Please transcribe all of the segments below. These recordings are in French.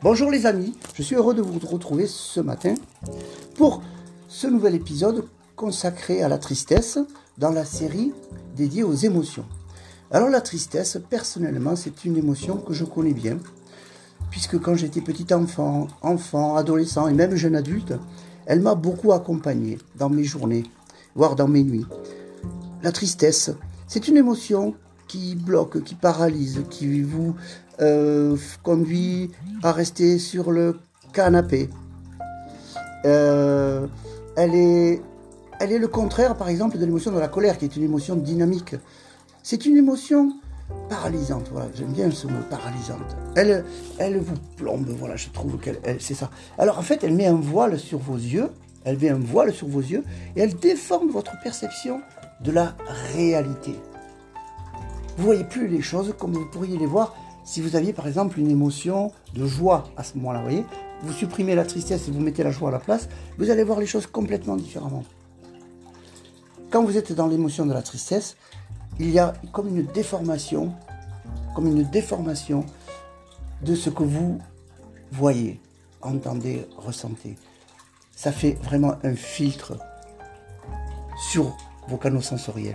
Bonjour les amis, je suis heureux de vous retrouver ce matin pour ce nouvel épisode consacré à la tristesse dans la série dédiée aux émotions. Alors la tristesse, personnellement, c'est une émotion que je connais bien, puisque quand j'étais petit enfant, adolescent et même jeune adulte, elle m'a beaucoup accompagné dans mes journées, voire dans mes nuits. La tristesse, c'est une émotion qui bloque, qui paralyse, qui vous conduit à rester sur le canapé. Elle est le contraire, par exemple, de l'émotion de la colère, qui est une émotion dynamique. C'est une émotion paralysante, voilà, j'aime bien ce mot, paralysante. Elle vous plombe, voilà, je trouve c'est ça. Alors en fait, elle met un voile sur vos yeux, et elle déforme votre perception de la réalité. Vous ne voyez plus les choses comme vous pourriez les voir si vous aviez par exemple une émotion de joie à ce moment-là, vous voyez. Vous supprimez la tristesse et vous mettez la joie à la place, vous allez voir les choses complètement différemment. Quand vous êtes dans l'émotion de la tristesse, il y a comme une déformation de ce que vous voyez, entendez, ressentez. Ça fait vraiment un filtre sur vos canaux sensoriels.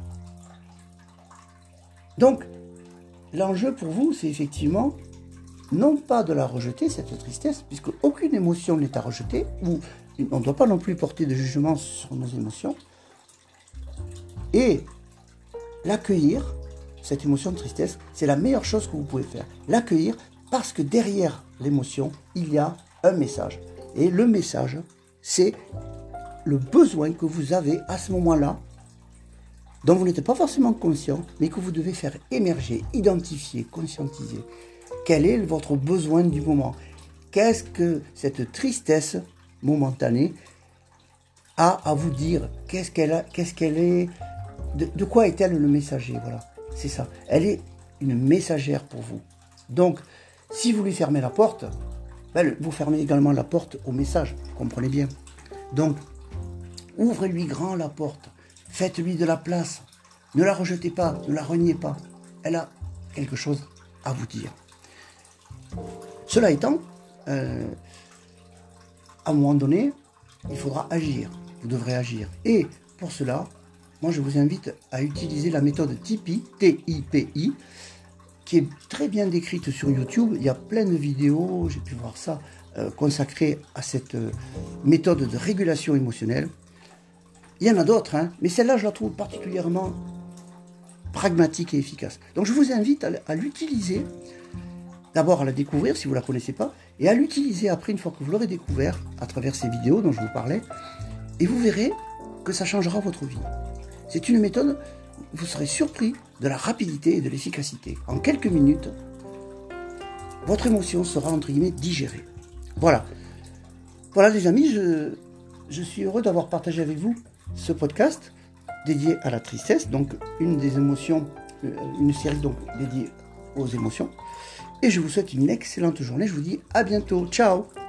Donc, l'enjeu pour vous, c'est effectivement non pas de la rejeter, cette tristesse, puisque aucune émotion n'est à rejeter, ou on ne doit pas non plus porter de jugement sur nos émotions, et l'accueillir, cette émotion de tristesse, c'est la meilleure chose que vous pouvez faire. L'accueillir parce que derrière l'émotion, il y a un message. Et le message, c'est le besoin que vous avez à ce moment-là, dont vous n'êtes pas forcément conscient, mais que vous devez faire émerger, identifier, conscientiser. Quel est votre besoin du moment? Qu'est-ce que cette tristesse momentanée a à vous dire? Qu'est-ce qu'elle est? De quoi est-elle le messager? Voilà, c'est ça. Elle est une messagère pour vous. Donc, si vous lui fermez la porte, vous fermez également la porte au message. Vous comprenez bien. Donc, ouvrez-lui grand la porte. Faites-lui de la place. Ne la rejetez pas, ne la reniez pas. Elle a quelque chose à vous dire. Cela étant, à un moment donné, il faudra agir. Vous devrez agir. Et pour cela, moi je vous invite à utiliser la méthode TIPI, T-I-P-I, qui est très bien décrite sur YouTube. Il y a plein de vidéos, j'ai pu voir ça, consacrées à cette méthode de régulation émotionnelle. Il y en a d'autres, mais celle-là, je la trouve particulièrement pragmatique et efficace. Donc, je vous invite à l'utiliser, d'abord à la découvrir si vous ne la connaissez pas, et à l'utiliser après, une fois que vous l'aurez découvert, à travers ces vidéos dont je vous parlais, et vous verrez que ça changera votre vie. C'est une méthode, vous serez surpris de la rapidité et de l'efficacité. En quelques minutes, votre émotion sera, entre guillemets, digérée. Voilà. Voilà, les amis, je suis heureux d'avoir partagé avec vous ce podcast dédié à la tristesse, donc une des émotions, une série donc dédiée aux émotions. Et je vous souhaite une excellente journée. Je vous dis à bientôt. Ciao!